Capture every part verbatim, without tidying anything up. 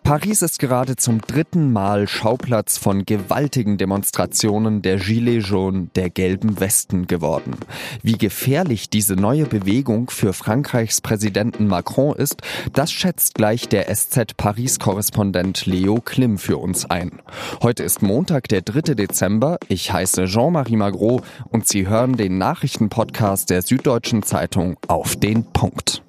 Paris ist gerade zum dritten Mal Schauplatz von gewaltigen Demonstrationen der Gilets jaunes, der gelben Westen, geworden. Wie gefährlich diese neue Bewegung für Frankreichs Präsidenten Macron ist, das schätzt gleich der S Z-Paris-Korrespondent Leo Klim für uns ein. Heute ist Montag, der dritte Dezember. Ich heiße Jean-Marie Magro und Sie hören den Nachrichtenpodcast der Süddeutschen Zeitung Auf den Punkt.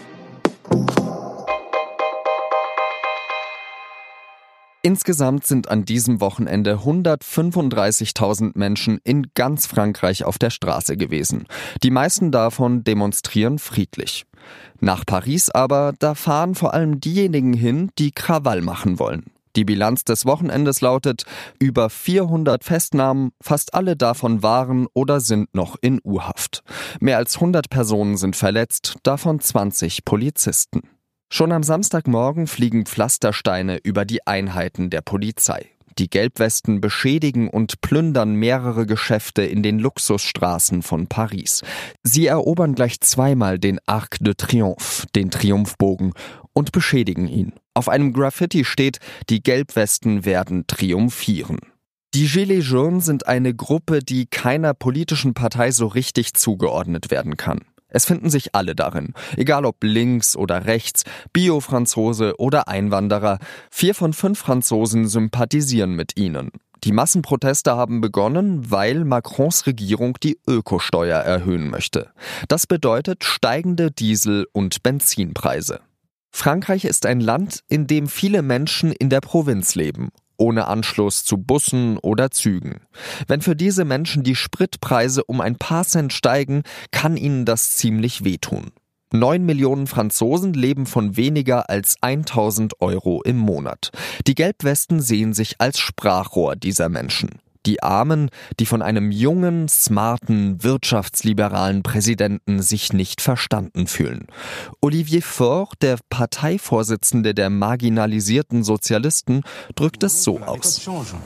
Insgesamt sind an diesem Wochenende hundertfünfunddreißigtausend Menschen in ganz Frankreich auf der Straße gewesen. Die meisten davon demonstrieren friedlich. Nach Paris aber, da fahren vor allem diejenigen hin, die Krawall machen wollen. Die Bilanz des Wochenendes lautet: über vierhundert Festnahmen, fast alle davon waren oder sind noch in U-Haft. Mehr als hundert Personen sind verletzt, davon zwanzig Polizisten. Schon am Samstagmorgen fliegen Pflastersteine über die Einheiten der Polizei. Die Gelbwesten beschädigen und plündern mehrere Geschäfte in den Luxusstraßen von Paris. Sie erobern gleich zweimal den Arc de Triomphe, den Triumphbogen, und beschädigen ihn. Auf einem Graffiti steht: Die Gelbwesten werden triumphieren. Die Gilets jaunes sind eine Gruppe, die keiner politischen Partei so richtig zugeordnet werden kann. Es finden sich alle darin, egal ob links oder rechts, Bio-Franzose oder Einwanderer. Vier von fünf Franzosen sympathisieren mit ihnen. Die Massenproteste haben begonnen, weil Macrons Regierung die Ökosteuer erhöhen möchte. Das bedeutet steigende Diesel- und Benzinpreise. Frankreich ist ein Land, in dem viele Menschen in der Provinz leben, ohne Anschluss zu Bussen oder Zügen. Wenn für diese Menschen die Spritpreise um ein paar Cent steigen, kann ihnen das ziemlich wehtun. Neun Millionen Franzosen leben von weniger als tausend Euro im Monat. Die Gelbwesten sehen sich als Sprachrohr dieser Menschen. Die Armen, die von einem jungen, smarten, wirtschaftsliberalen Präsidenten sich nicht verstanden fühlen. Olivier Faure, der Parteivorsitzende der marginalisierten Sozialisten, drückt es so aus.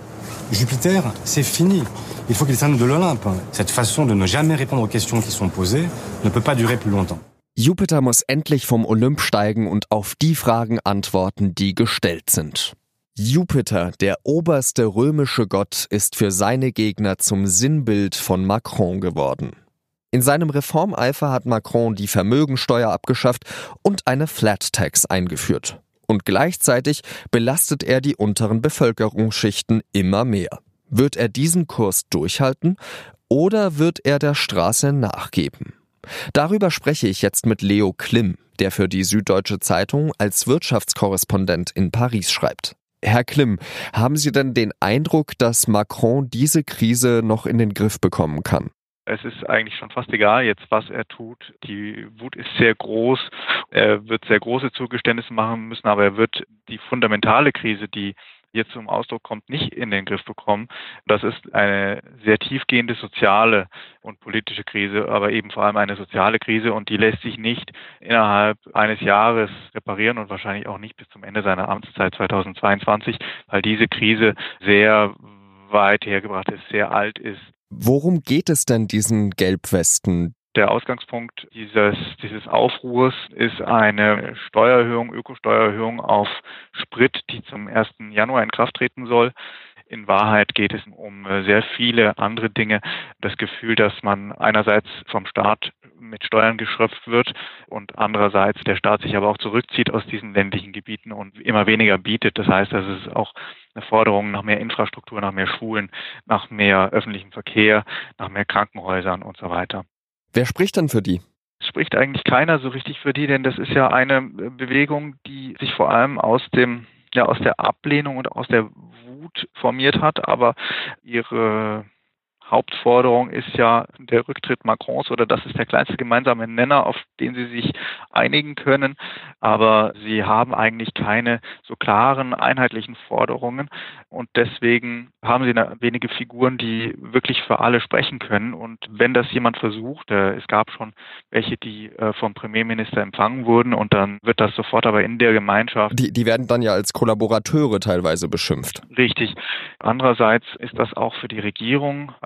Jupiter, c'est fini. Il faut qu'il descende de l'Olympe. Cette façon de ne jamais répondre aux questions qui sont posées ne peut pas durer plus longtemps. Jupiter muss endlich vom Olymp steigen und auf die Fragen antworten, die gestellt sind. Jupiter, der oberste römische Gott, ist für seine Gegner zum Sinnbild von Macron geworden. In seinem Reformeifer hat Macron die Vermögensteuer abgeschafft und eine Flat Tax eingeführt. Und gleichzeitig belastet er die unteren Bevölkerungsschichten immer mehr. Wird er diesen Kurs durchhalten oder wird er der Straße nachgeben? Darüber spreche ich jetzt mit Leo Klim, der für die Süddeutsche Zeitung als Wirtschaftskorrespondent in Paris schreibt. Herr Klim, haben Sie denn den Eindruck, dass Macron diese Krise noch in den Griff bekommen kann? Es ist eigentlich schon fast egal jetzt, was er tut. Die Wut ist sehr groß. Er wird sehr große Zugeständnisse machen müssen, aber er wird die fundamentale Krise, die jetzt zum Ausdruck kommt, nicht in den Griff bekommen. Das ist eine sehr tiefgehende soziale und politische Krise, aber eben vor allem eine soziale Krise, und die lässt sich nicht innerhalb eines Jahres reparieren und wahrscheinlich auch nicht bis zum Ende seiner Amtszeit zweitausendzweiundzwanzig, weil diese Krise sehr weit hergebracht ist, sehr alt ist. Worum geht es denn diesen Gelbwesten? Der Ausgangspunkt dieses, dieses Aufruhrs ist eine Steuererhöhung, Ökosteuererhöhung auf Sprit, die zum ersten Januar in Kraft treten soll. In Wahrheit geht es um sehr viele andere Dinge. Das Gefühl, dass man einerseits vom Staat mit Steuern geschröpft wird und andererseits der Staat sich aber auch zurückzieht aus diesen ländlichen Gebieten und immer weniger bietet. Das heißt, das ist auch eine Forderung nach mehr Infrastruktur, nach mehr Schulen, nach mehr öffentlichem Verkehr, nach mehr Krankenhäusern und so weiter. Wer spricht denn für die? Es spricht eigentlich keiner so richtig für die, denn das ist ja eine Bewegung, die sich vor allem aus dem, ja, aus der Ablehnung und aus der Wut formiert hat, aber ihre Hauptforderung ist ja der Rücktritt Macrons, oder das ist der kleinste gemeinsame Nenner, auf den sie sich einigen können. Aber sie haben eigentlich keine so klaren, einheitlichen Forderungen, und deswegen haben sie wenige Figuren, die wirklich für alle sprechen können. Und wenn das jemand versucht, äh, es gab schon welche, die äh, vom Premierminister empfangen wurden, und dann wird das sofort aber in der Gemeinschaft... Die, die werden dann ja als Kollaborateure teilweise beschimpft. Richtig. Andererseits ist das auch für die Regierung, also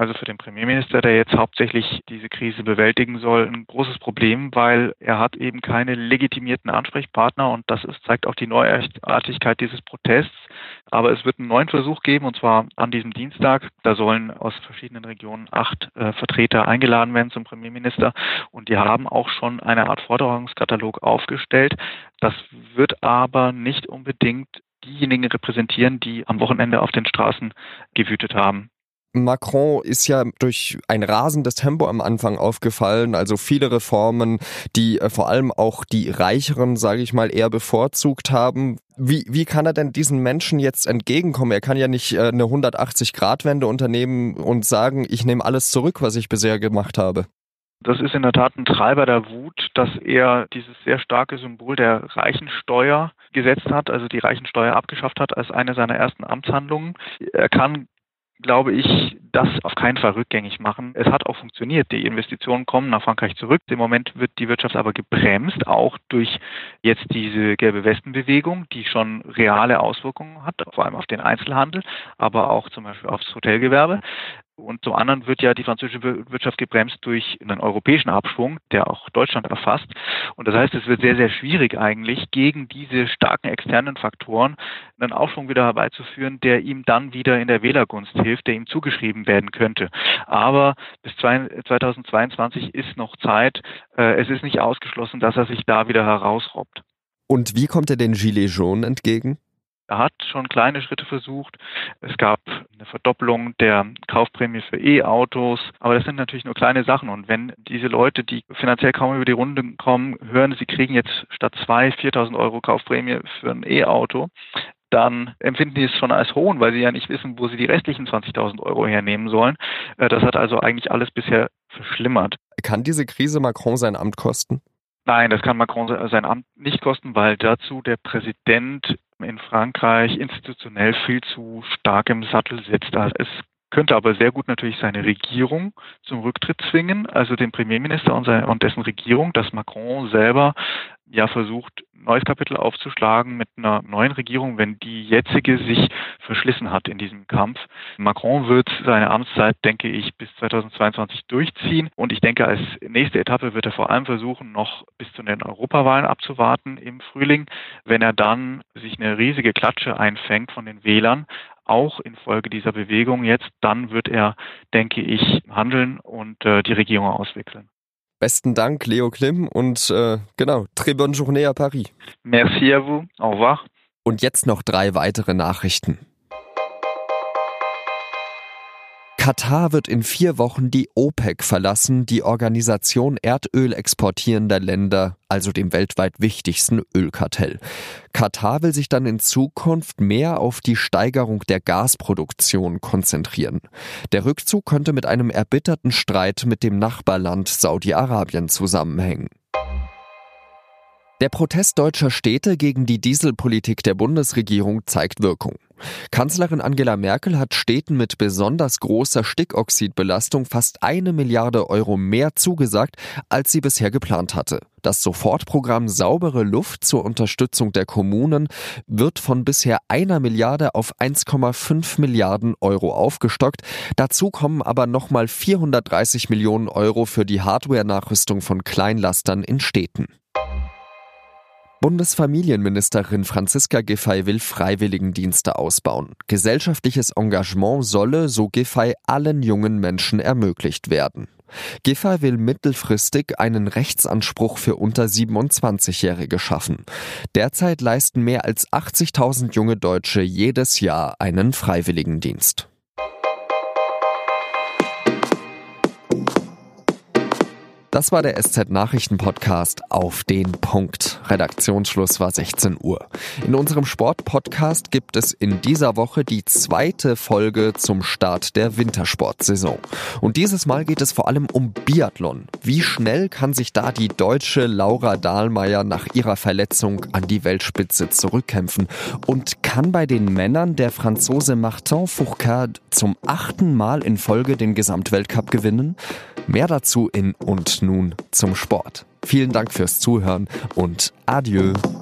also für den Premierminister, der jetzt hauptsächlich diese Krise bewältigen soll, ein großes Problem, weil er hat eben keine legitimierten Ansprechpartner und das ist, zeigt auch die Neuartigkeit dieses Protests. Aber es wird einen neuen Versuch geben, und zwar an diesem Dienstag. Da sollen aus verschiedenen Regionen acht äh, Vertreter eingeladen werden zum Premierminister und die haben auch schon eine Art Forderungskatalog aufgestellt. Das wird aber nicht unbedingt diejenigen repräsentieren, die am Wochenende auf den Straßen gewütet haben. Macron ist ja durch ein rasendes Tempo am Anfang aufgefallen, also viele Reformen, die äh, vor allem auch die Reicheren, sage ich mal, eher bevorzugt haben. Wie, wie kann er denn diesen Menschen jetzt entgegenkommen? Er kann ja nicht äh, eine hundertachtzig-Grad-Wende unternehmen und sagen, ich nehme alles zurück, was ich bisher gemacht habe. Das ist in der Tat ein Treiber der Wut, dass er dieses sehr starke Symbol der Reichensteuer gesetzt hat, also die Reichensteuer abgeschafft hat als eine seiner ersten Amtshandlungen. Er kann, glaube ich, das auf keinen Fall rückgängig machen. Es hat auch funktioniert. Die Investitionen kommen nach Frankreich zurück. Im Moment wird die Wirtschaft aber gebremst, auch durch jetzt diese gelbe Westenbewegung, die schon reale Auswirkungen hat, vor allem auf den Einzelhandel, aber auch zum Beispiel aufs Hotelgewerbe. Und zum anderen wird ja die französische Wirtschaft gebremst durch einen europäischen Abschwung, der auch Deutschland erfasst. Und das heißt, es wird sehr, sehr schwierig eigentlich, gegen diese starken externen Faktoren einen Aufschwung wieder herbeizuführen, der ihm dann wieder in der Wählergunst hilft, der ihm zugeschrieben werden könnte. Aber bis zweitausendzweiundzwanzig ist noch Zeit. Es ist nicht ausgeschlossen, dass er sich da wieder herausrobbt. Und wie kommt er den Gilets jaunes entgegen? Er hat schon kleine Schritte versucht. Es gab eine Verdoppelung der Kaufprämie für E-Autos. Aber das sind natürlich nur kleine Sachen. Und wenn diese Leute, die finanziell kaum über die Runde kommen, hören, sie kriegen jetzt statt zwei viertausend Euro Kaufprämie für ein E-Auto, dann empfinden die es schon als Hohn, weil sie ja nicht wissen, wo sie die restlichen zwanzigtausend Euro hernehmen sollen. Das hat also eigentlich alles bisher verschlimmert. Kann diese Krise Macron sein Amt kosten? Nein, das kann Macron sein Amt nicht kosten, weil dazu der Präsident in Frankreich institutionell viel zu stark im Sattel sitzt. Es könnte aber sehr gut natürlich seine Regierung zum Rücktritt zwingen, also den Premierminister und, seine, und dessen Regierung, dass Macron selber ja versucht, ein neues Kapitel aufzuschlagen mit einer neuen Regierung, wenn die jetzige sich verschlissen hat in diesem Kampf. Macron wird seine Amtszeit, denke ich, bis zweitausendzweiundzwanzig durchziehen und ich denke, als nächste Etappe wird er vor allem versuchen, noch bis zu den Europawahlen abzuwarten im Frühling. Wenn er dann sich eine riesige Klatsche einfängt von den Wählern, auch infolge dieser Bewegung jetzt, dann wird er, denke ich, handeln und äh, die Regierung auswickeln. Besten Dank, Leo Klim, und äh, genau, très bonne journée à Paris. Merci à vous, au revoir. Und jetzt noch drei weitere Nachrichten. Katar wird in vier Wochen die OPEC verlassen, die Organisation Erdöl exportierender Länder, also dem weltweit wichtigsten Ölkartell. Katar will sich dann in Zukunft mehr auf die Steigerung der Gasproduktion konzentrieren. Der Rückzug könnte mit einem erbitterten Streit mit dem Nachbarland Saudi-Arabien zusammenhängen. Der Protest deutscher Städte gegen die Dieselpolitik der Bundesregierung zeigt Wirkung. Kanzlerin Angela Merkel hat Städten mit besonders großer Stickoxidbelastung fast eine Milliarde Euro mehr zugesagt, als sie bisher geplant hatte. Das Sofortprogramm Saubere Luft zur Unterstützung der Kommunen wird von bisher einer Milliarde auf eins Komma fünf Milliarden Euro aufgestockt. Dazu kommen aber nochmal vierhundertdreißig Millionen Euro für die Hardware-Nachrüstung von Kleinlastern in Städten. Bundesfamilienministerin Franziska Giffey will Freiwilligendienste ausbauen. Gesellschaftliches Engagement solle, so Giffey, allen jungen Menschen ermöglicht werden. Giffey will mittelfristig einen Rechtsanspruch für unter siebenundzwanzigjährige schaffen. Derzeit leisten mehr als achtzigtausend junge Deutsche jedes Jahr einen Freiwilligendienst. Das war der S Z-Nachrichten-Podcast auf den Punkt. Redaktionsschluss war sechzehn Uhr. In unserem Sport-Podcast gibt es in dieser Woche die zweite Folge zum Start der Wintersportsaison. Und dieses Mal geht es vor allem um Biathlon. Wie schnell kann sich da die Deutsche Laura Dahlmeier nach ihrer Verletzung an die Weltspitze zurückkämpfen? Und kann bei den Männern der Franzose Martin Fourcade zum achten Mal in Folge den Gesamtweltcup gewinnen? Mehr dazu in Und nun zum Sport. Vielen Dank fürs Zuhören und adieu.